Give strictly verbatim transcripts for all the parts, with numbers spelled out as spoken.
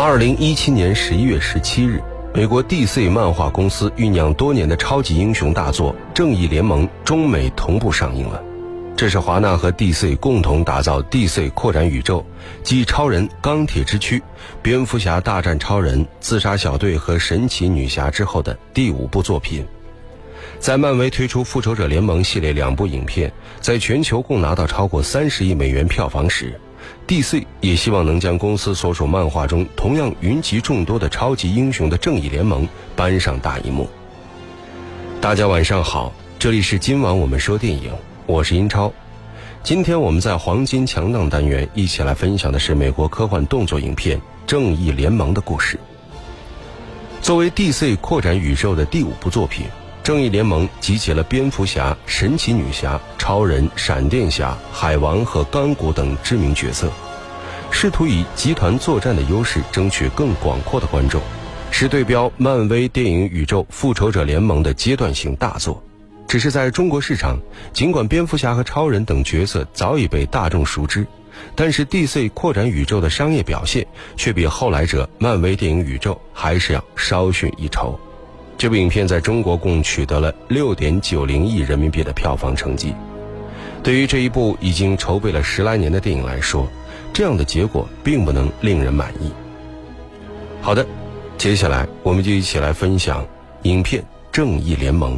二零一七年十一月十七日，美国 D C 漫画公司酝酿多年的超级英雄大作《正义联盟》中美同步上映了。这是华纳和 D C 共同打造 D C 扩展宇宙，继超人、钢铁之躯、蝙蝠侠大战超人、自杀小队和神奇女侠之后的第五部作品。在漫威推出复仇者联盟系列两部影片，在全球共拿到超过三十亿美元票房时， D C 也希望能将公司所属漫画中同样云集众多的超级英雄的正义联盟搬上大荧幕。大家晚上好，这里是今晚我们说电影，我是英超。今天我们在黄金强档单元一起来分享的是美国科幻动作影片《正义联盟》的故事。作为 D C 扩展宇宙的第五部作品，正义联盟集结了蝙蝠侠、神奇女侠、超人、闪电侠、海王和钢骨等知名角色，试图以集团作战的优势争取更广阔的观众，是对标漫威电影宇宙复仇者联盟的阶段性大作。只是在中国市场，尽管蝙蝠侠和超人等角色早已被大众熟知，但是 D C 扩展宇宙的商业表现却比后来者漫威电影宇宙还是要稍逊一筹。这部影片在中国共取得了 六点九零亿人民币的票房成绩。对于这一部已经筹备了十来年的电影来说，这样的结果并不能令人满意。好的，接下来我们就一起来分享影片《正义联盟》。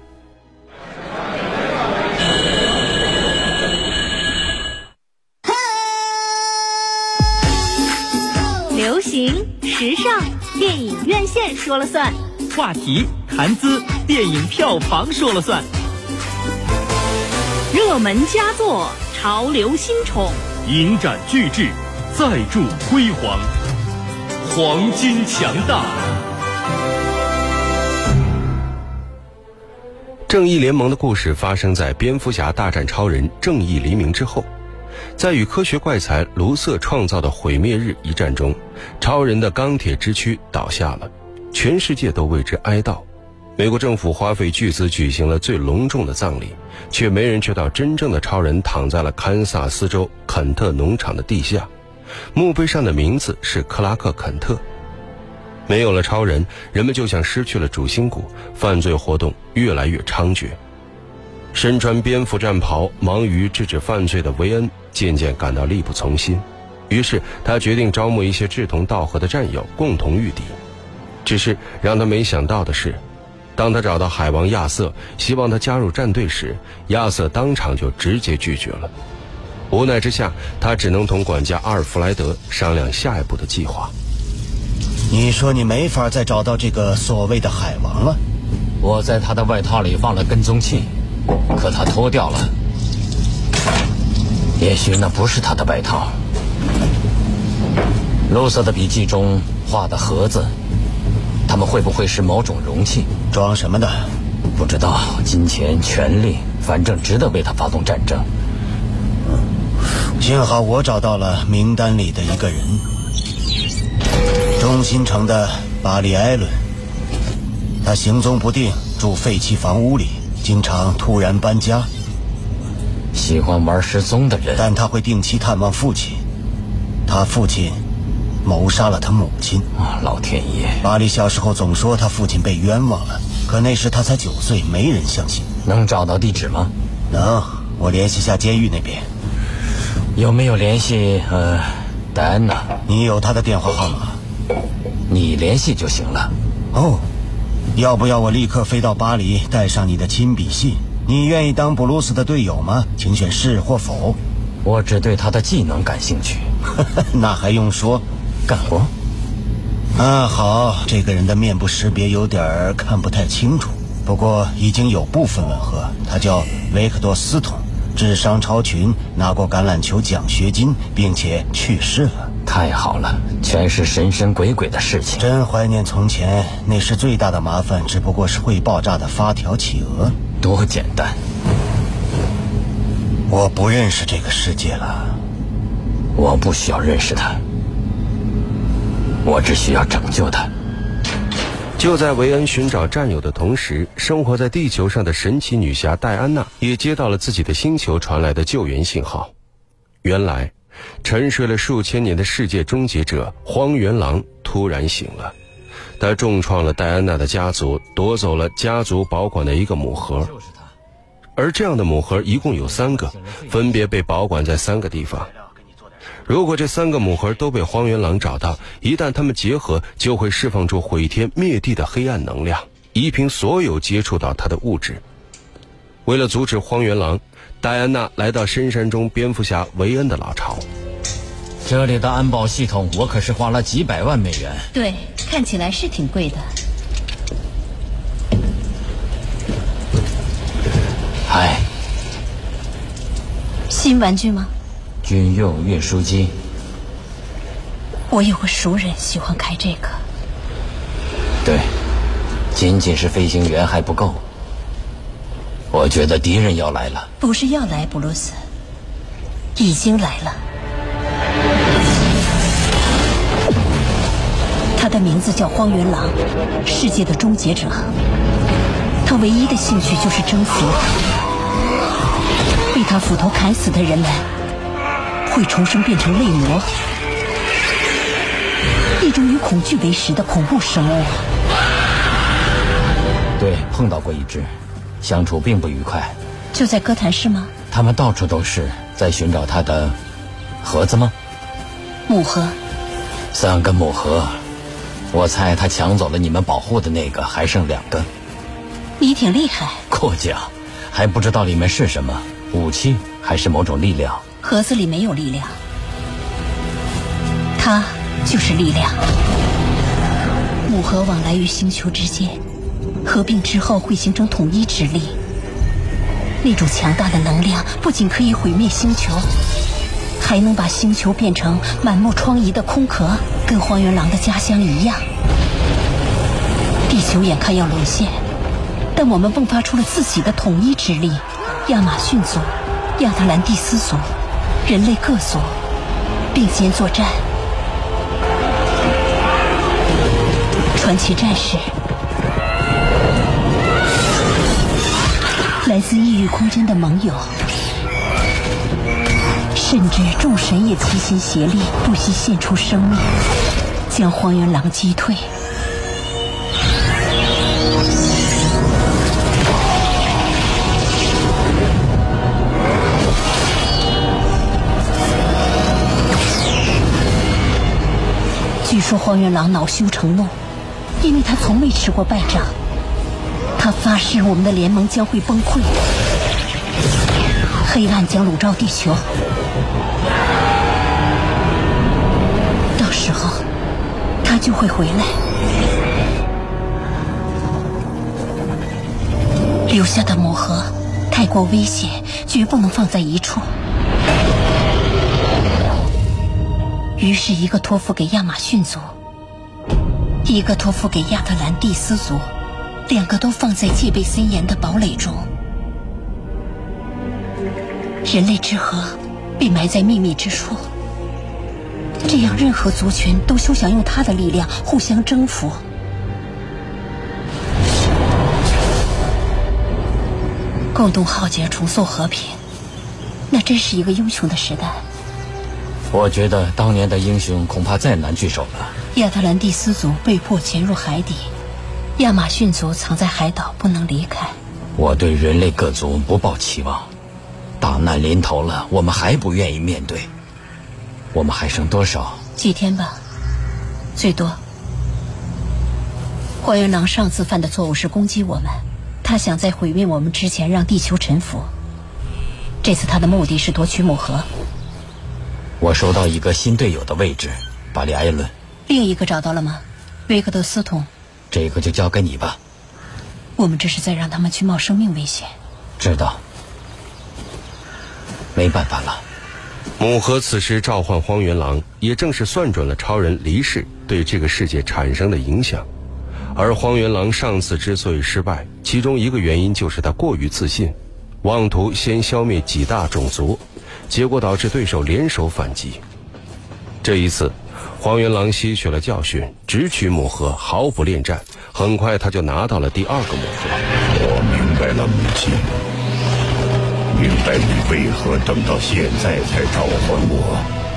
流行、时尚，电影院线说了算。 话题、谈资，电影票房说了算。 热门佳作，潮流新宠， 影展巨制，再铸辉煌。黄金强大。 正义联盟的故事发生在蝙蝠侠大战超人正义黎明之后。在与科学怪才卢瑟创造的毁灭日一战中，超人的钢铁之躯倒下了，全世界都为之哀悼。美国政府花费巨资举行了最隆重的葬礼，却没人知道真正的超人躺在了堪萨斯州肯特农场的地下，墓碑上的名字是克拉克·肯特。没有了超人，人们就像失去了主心骨，犯罪活动越来越猖獗。身穿蝙蝠战袍忙于制止犯罪的维恩渐渐感到力不从心，于是他决定招募一些志同道合的战友共同御敌。只是让他没想到的是，当他找到海王亚瑟希望他加入战队时，亚瑟当场就直接拒绝了。无奈之下，他只能同管家阿尔弗莱德商量下一步的计划。 你说你没法再找到这个所谓的海王了？ 我在他的外套里放了跟踪器，可他脱掉了。也许那不是他的外套。露瑟的笔记中画的盒子，他们会不会是某种容器？ 装什么的？ 不知道，金钱、权力，反正值得为他发动战争。 幸好我找到了名单里的一个人，中心城的巴里·艾伦。他行踪不定，住废弃房屋里，经常突然搬家， 喜欢玩失踪的人。 但他会定期探望父亲。他父亲谋杀了他母亲。 啊，老天爷！ 巴里小时候总说他父亲被冤枉了，可那时他才九岁，没人相信。 能找到地址吗？ 能，我联系下监狱那边。 有没有联系呃戴安娜？ 你有他的电话号码？ 你联系就行了。 哦，要不要我立刻飞到巴黎，带上你的亲笔信？你愿意当布鲁斯的队友吗？请选是或否。 我只对他的技能感兴趣。 那还用说？ 干活。 啊，好，这个人的面部识别有点看不太清楚，不过已经有部分吻合。他叫维克多·斯通，智商超群，拿过橄榄球奖学金，并且去世了。 太好了，全是神神鬼鬼的事情。 真怀念从前，那时最大的麻烦只不过是会爆炸的发条企鹅。 多简单。 我不认识这个世界了。 我不需要认识他，我只需要拯救他。 就在维恩寻找战友的同时，生活在地球上的神奇女侠戴安娜也接到了自己的星球传来的救援信号。原来沉睡了数千年的世界终结者荒原狼突然醒了。他重创了戴安娜的家族，夺走了家族保管的一个母盒，而这样的母盒一共有三个，分别被保管在三个地方。如果这三个母盒都被荒原狼找到，一旦它们结合，就会释放出毁天灭地的黑暗能量，夷平所有接触到它的物质。为了阻止荒原狼，戴安娜来到深山中蝙蝠侠维恩的老巢。 这里的安保系统我可是花了几百万美元。 对，看起来是挺贵的。 嗨， 新玩具吗？ 军用运输机。 我有个熟人喜欢开这个。 对，仅仅是飞行员还不够，我觉得敌人要来了。 不是要来，布鲁斯，已经来了。他的名字叫荒原狼，世界的终结者。他唯一的兴趣就是征服。被他斧头砍死的人们会重生变成泪魔，一种以恐惧为食的恐怖生物。 对，碰到过一只，相处并不愉快。 就在哥谭市吗？ 他们到处都是，在寻找他的盒子吗？ 母盒。 三个母盒，我猜他抢走了你们保护的那个，还剩两个。 你挺厉害。 过奖，还不知道里面是什么，武器还是某种力量？ 盒子里没有力量，它就是力量。母盒往来于星球之间，合并之后会形成统一之力。那种强大的能量不仅可以毁灭星球，还能把星球变成满目疮痍的空壳，跟荒原狼的家乡一样。地球眼看要沦陷，但我们迸发出了自己的统一之力。亚马逊族、亚特兰蒂斯族、人类各族并肩作战。传奇战士，来自异域空间的盟友，甚至众神也齐心协力，不惜献出生命，将荒原狼击退。据说荒原狼恼羞成怒，因为他从未吃过败仗。他发誓我们的联盟将会崩溃，黑暗将笼罩地球，到时候他就会回来。留下的魔盒太过危险，绝不能放在一处。于是一个托付给亚马逊族，一个托付给亚特兰蒂斯族，两个都放在戒备森严的堡垒中。人类之河被埋在秘密之处，这样任何族群都休想用它的力量互相征服。共同浩劫，重塑和平，那真是一个英雄的时代。 我觉得当年的英雄恐怕再难聚首了。 亚特兰蒂斯族被迫潜入海底，亚马逊族藏在海岛不能离开。 我对人类各族不抱期望，大难临头了，我们还不愿意面对。我们还剩多少？ 几天吧，最多。荒原狼上次犯的错误是攻击我们，他想在毁灭我们之前让地球臣服。这次他的目的是夺取母盒。 我收到一个新队友的位置，巴里埃伦。 另一个找到了吗？维克特斯通。 这个就交给你吧。 我们这是在让他们去冒生命危险。 知道。没办法了。 母盒此时召唤荒原狼，也正是算准了超人离世对这个世界产生的影响。而荒原狼上次之所以失败，其中一个原因就是他过于自信，妄图先消灭几大种族，结果导致对手联手反击。这一次荒原狼吸取了教训，直取母盒，毫不恋战，很快他就拿到了第二个母盒。 我明白了，母亲，明白你为何等到现在才召唤我。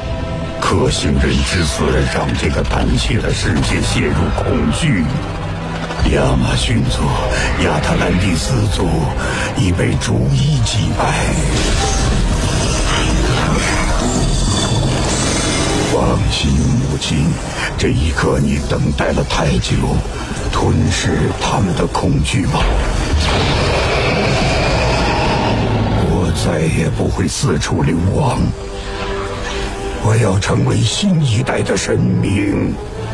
克星人之死让这个胆怯的世界陷入恐惧。亚马逊族、亚特兰蒂斯族已被逐一击败。放心，母亲，这一刻你等待了太久，吞噬他们的恐惧吧。我再也不会四处流亡，我要成为新一代的神明。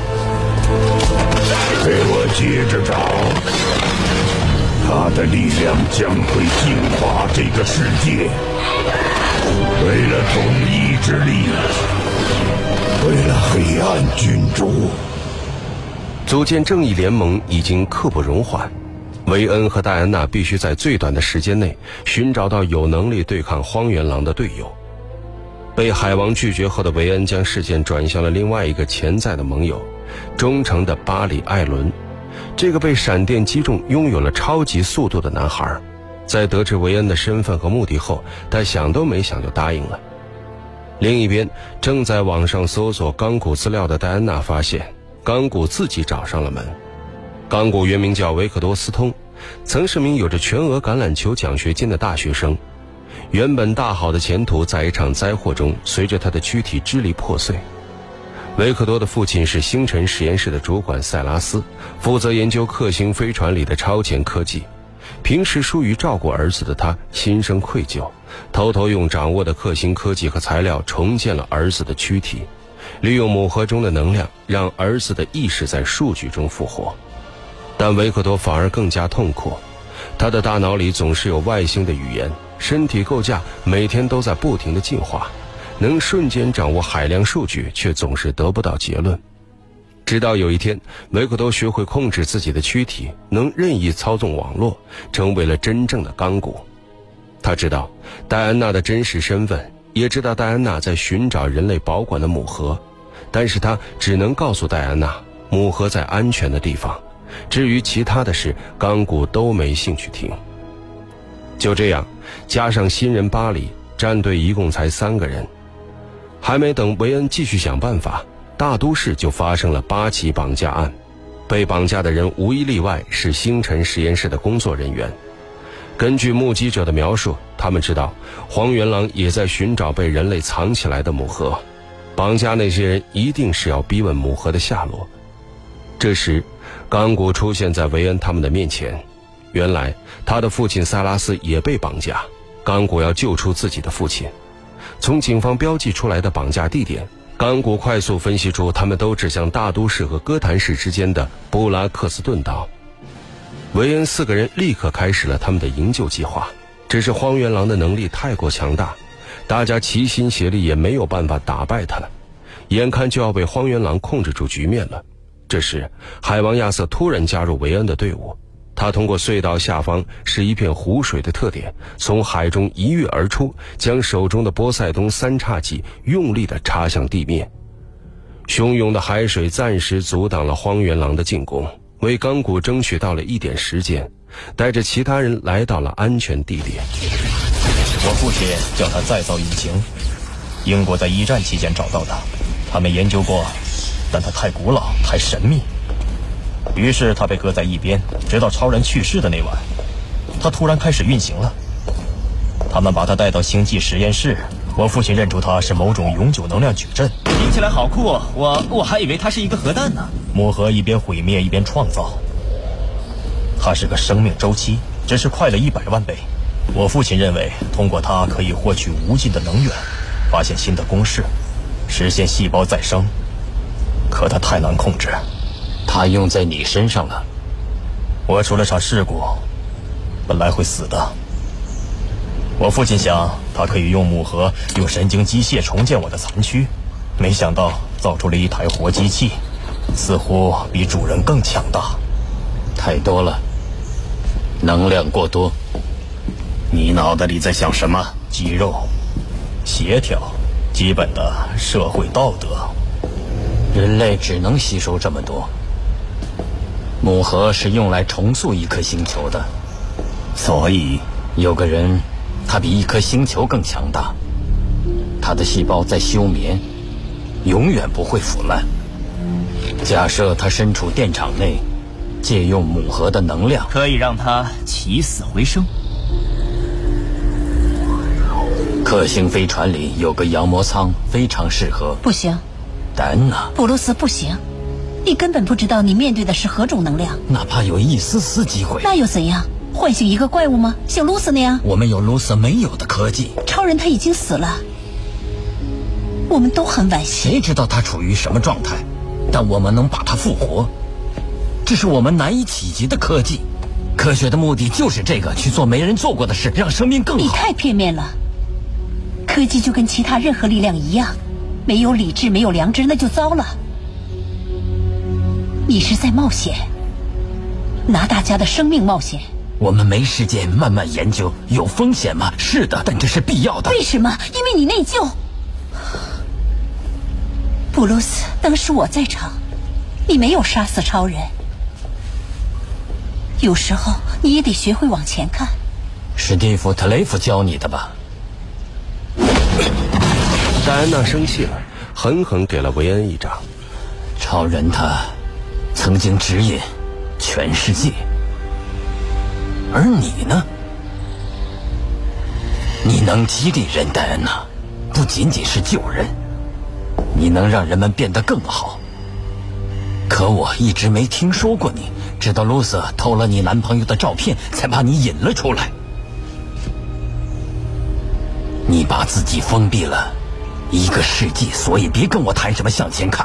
给我接着找，他的力量将会净化这个世界。为了统一之力，为了黑暗君主， 组建正义联盟已经刻不容缓。维恩和戴安娜必须在最短的时间内寻找到有能力对抗荒原狼的队友。被海王拒绝后的维恩将事件转向了另外一个潜在的盟友，忠诚的巴里·艾伦。这个被闪电击中、拥有了超级速度的男孩，在得知维恩的身份和目的后，他想都没想就答应了。另一边，正在网上搜索钢骨资料的戴安娜发现，钢骨自己找上了门。钢骨原名叫维克多斯通，曾是名有着全额橄榄球奖学金的大学生。原本大好的前途在一场灾祸中随着他的躯体支离破碎。维克多的父亲是星辰实验室的主管塞拉斯，负责研究克星飞船里的超前科技。平时疏于照顾儿子的他心生愧疚，偷偷用掌握的克星科技和材料重建了儿子的躯体，利用母盒中的能量让儿子的意识在数据中复活。但维克多反而更加痛苦，他的大脑里总是有外星的语言，身体构架每天都在不停地进化，能瞬间掌握海量数据，却总是得不到结论。直到有一天，维克多学会控制自己的躯体，能任意操纵网络，成为了真正的钢骨。他知道戴安娜的真实身份，也知道戴安娜在寻找人类保管的母盒，但是他只能告诉戴安娜，母盒在安全的地方，至于其他的事，钢骨都没兴趣听。就这样，加上新人巴里，战队一共才三个人。还没等维恩继续想办法，大都市就发生了八起绑架案，被绑架的人无一例外是星辰实验室的工作人员。根据目击者的描述，他们知道荒原狼也在寻找被人类藏起来的母盒，绑架那些人一定是要逼问母盒的下落。这时，钢骨出现在维恩他们的面前。原来他的父亲塞拉斯也被绑架，钢骨要救出自己的父亲。从警方标记出来的绑架地点，钢骨快速分析出他们都指向大都市和哥谭市之间的布拉克斯顿岛。维恩四个人立刻开始了他们的营救计划，只是荒原狼的能力太过强大，大家齐心协力也没有办法打败他，眼看就要被荒原狼控制住局面了。这时海王亚瑟突然加入维恩的队伍，他通过隧道下方是一片湖水的特点，从海中一跃而出，将手中的波塞冬三叉戟用力地插向地面。汹涌的海水暂时阻挡了荒原狼的进攻，为钢骨争取到了一点时间，带着其他人来到了安全地点。 我父亲叫它再造引擎，英国在一战期间找到的，他们研究过，但它太古老太神秘，于是它被搁在一边，直到超人去世的那晚，它突然开始运行了。他们把它带到星际实验室，我父亲认出它是某种永久能量矩阵。 听起来好酷哦，我我还以为它是一个核弹呢。 母盒一边毁灭一边创造，它是个生命周期，只是快了一百万倍。我父亲认为通过它可以获取无尽的能源，发现新的公式，实现细胞再生，可它太难控制。 它用在你身上了。 我出了场事故，本来会死的。我父亲想他可以用母盒用神经机械重建我的残躯，没想到造出了一台活机器，似乎比主人更强大。 太多了，能量过多。 你脑袋里在想什么？肌肉、协调，基本的社会道德。 人类只能吸收这么多。母盒是用来重塑一颗星球的， 所以有个人，他比一颗星球更强大。他的细胞在休眠， 永远不会腐烂。假设他身处电场内，借用母核的能量， 可以让他起死回生。 克星飞船里有个羊膜舱，非常适合。 不行， 戴安娜， 布鲁斯，不行，你根本不知道你面对的是何种能量。 哪怕有一丝丝机会， 那又怎样？唤醒一个怪物吗？像露丝那样？ 我们有露丝没有的科技。 超人他已经死了，我们都很惋惜。 谁知道他处于什么状态？但我们能把他复活，这是我们难以企及的科技。科学的目的就是这个，去做没人做过的事，让生命更好。 你太片面了。科技就跟其他任何力量一样，没有理智，没有良知，那就糟了。你是在冒险，拿大家的生命冒险。 我们没时间慢慢研究，有风险吗？是的，但这是必要的。 为什么？因为你内疚。布鲁斯，当时我在场，你没有杀死超人。有时候你也得学会往前看。 史蒂夫·特雷弗教你的吧？ 戴安娜生气了，狠狠给了维恩一掌。 超人他曾经指引全世界，而你呢？你能激励人，戴安娜，不仅仅是救人，你能让人们变得更好。可我一直没听说过你，直到露丝偷了你男朋友的照片，才把你引了出来。你把自己封闭了一个世纪，所以别跟我谈什么向前看。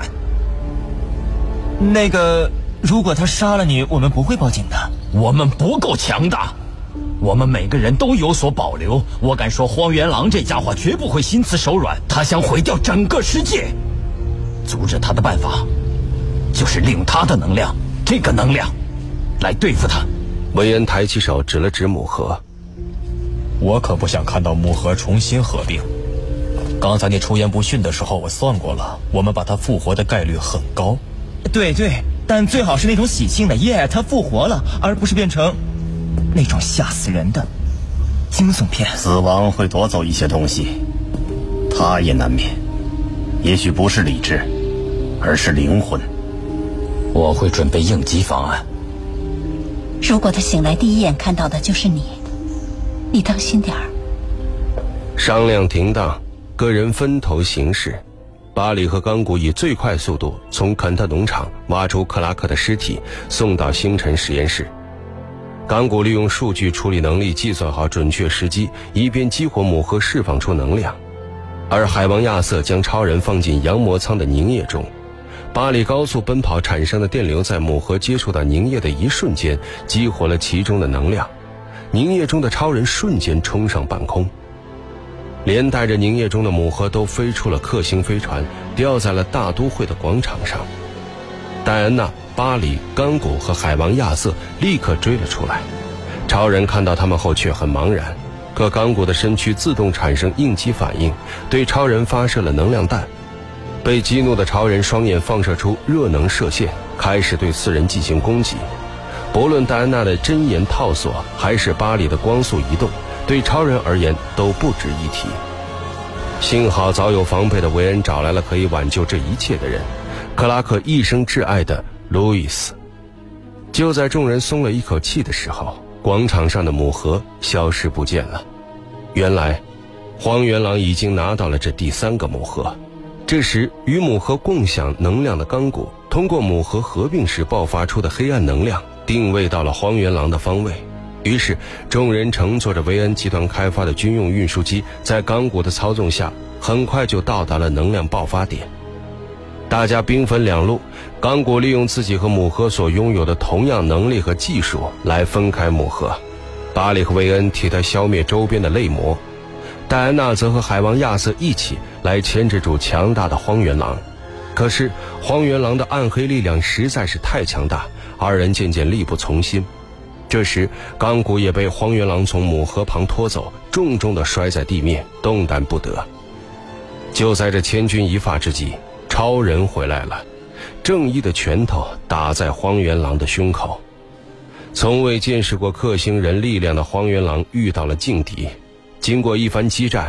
那个，如果他杀了你，我们不会报警的。 我们不够强大，我们每个人都有所保留。我敢说，荒原狼这家伙绝不会心慈手软，他想毁掉整个世界。阻止他的办法，就是利用他的能量，这个能量，来对付他。 维恩抬起手指了指母核。 我可不想看到母核重新合并。刚才你出言不逊的时候，我算过了，我们把它复活的概率很高。 对对，但最好是那种喜庆的耶，他复活了，而不是变成那种吓死人的惊悚片。 死亡会夺走一些东西，他也难免。也许不是理智，而是灵魂。 我会准备应急方案。 如果他醒来第一眼看到的就是你，你当心点儿。 商量停当，个人分头行事。巴里和冈古以最快速度从肯特农场挖出克拉克的尸体，送到星辰实验室。冈古利用数据处理能力计算好准确时机，以便激活母核释放出能量。而海王亚瑟将超人放进羊膜舱的凝液中，巴里高速奔跑产生的电流在母核接触到凝液的一瞬间，激活了其中的能量。凝液中的超人瞬间冲上半空，连带着凝液中的母核都飞出了克星飞船，掉在了大都会的广场上。戴安娜、巴里、冈古和海王亚瑟立刻追了出来。超人看到他们后却很茫然，可冈古的身躯自动产生应激反应，对超人发射了能量弹。被激怒的超人双眼放射出热能射线，开始对四人进行攻击。不论戴安娜的针眼套索，还是巴里的光速移动，对超人而言都不值一提。幸好早有防备的维恩找来了可以挽救这一切的人，克拉克一生挚爱的路易斯。就在众人松了一口气的时候，广场上的母核消失不见了。原来荒原狼已经拿到了这第三个母核。这时与母核共享能量的冈古通过母核合并时爆发出的黑暗能量定位到了荒原狼的方位，于是众人乘坐着维恩集团开发的军用运输机，在冈古的操纵下很快就到达了能量爆发点。大家兵分两路，冈古利用自己和母核所拥有的同样能力和技术来分开母核，巴里和维恩替他消灭周边的类魔，戴安娜则和海王亚瑟一起来牵制住强大的荒原狼。可是荒原狼的暗黑力量实在是太强大，二人渐渐力不从心。这时冈古也被荒原狼从母核旁拖走，重重地摔在地面，动弹不得。就在这千钧一发之际，超人回来了，正义的拳头打在荒原狼的胸口。从未见识过克星人力量的荒原狼遇到了劲敌，经过一番激战，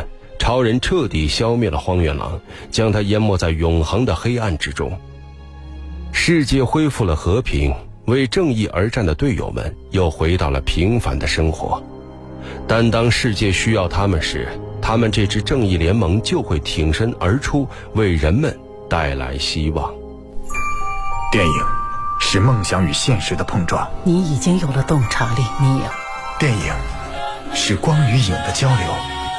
超人彻底消灭了荒原狼，将他淹没在永恒的黑暗之中。世界恢复了和平，为正义而战的队友们又回到了平凡的生活。但当世界需要他们时，他们这支正义联盟就会挺身而出，为人们带来希望。 电影是梦想与现实的碰撞， 你已经有了洞察力，你有。 电影是光与影的交流，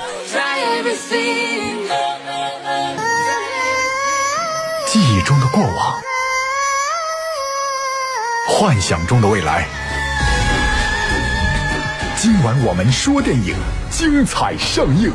记忆中的过往，幻想中的未来。今晚我们说电影，精彩上映。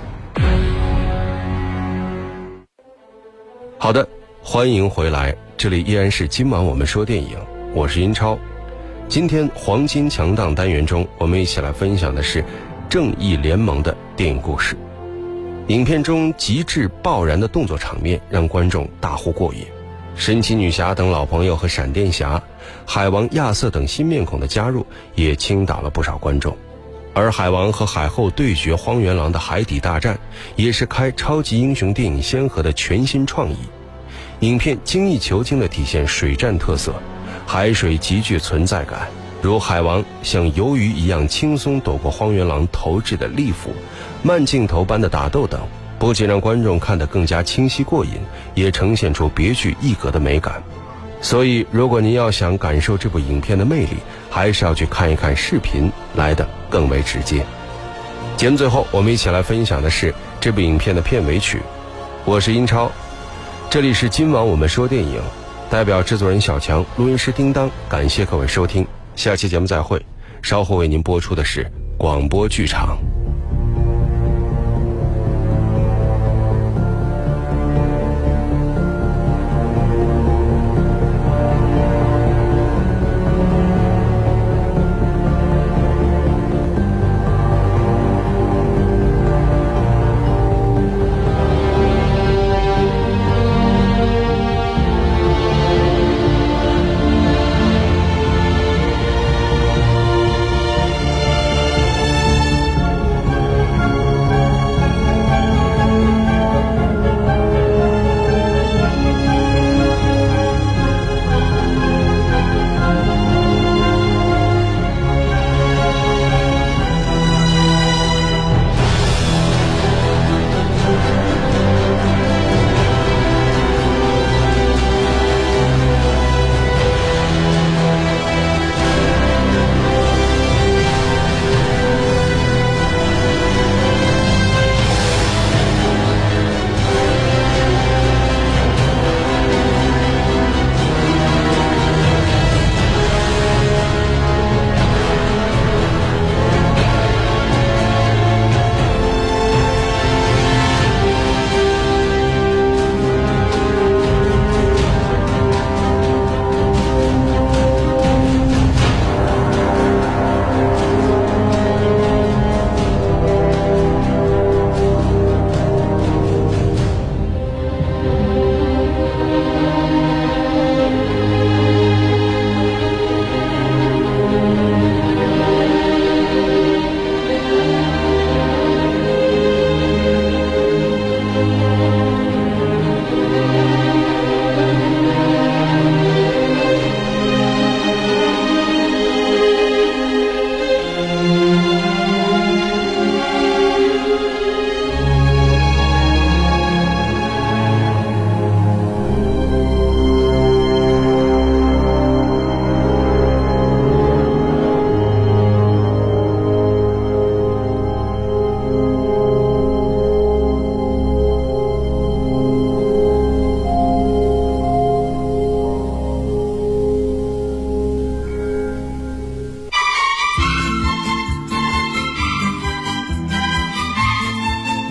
好的，欢迎回来，这里依然是今晚我们说电影，我是英超。今天黄金强档单元中，我们一起来分享的是正义联盟的电影故事。影片中极致爆燃的动作场面让观众大呼过瘾，神奇女侠等老朋友和闪电侠、海王亚瑟等新面孔的加入也倾倒了不少观众。而海王和海后对决荒原狼的海底大战也是开超级英雄电影先河的全新创意。影片精益求精地体现水战特色，海水极具存在感，如海王像鱿鱼一样轻松躲过荒原狼投掷的利斧，慢镜头般的打斗等，不仅让观众看得更加清晰过瘾，也呈现出别具一格的美感。所以如果您要想感受这部影片的魅力，还是要去看一看视频来的更为直接。节目最后我们一起来分享的是这部影片的片尾曲，我是英超，这里是今晚我们说电影，代表制作人小强，录音师叮当，感谢各位收听，下期节目再会。稍后为您播出的是广播剧场。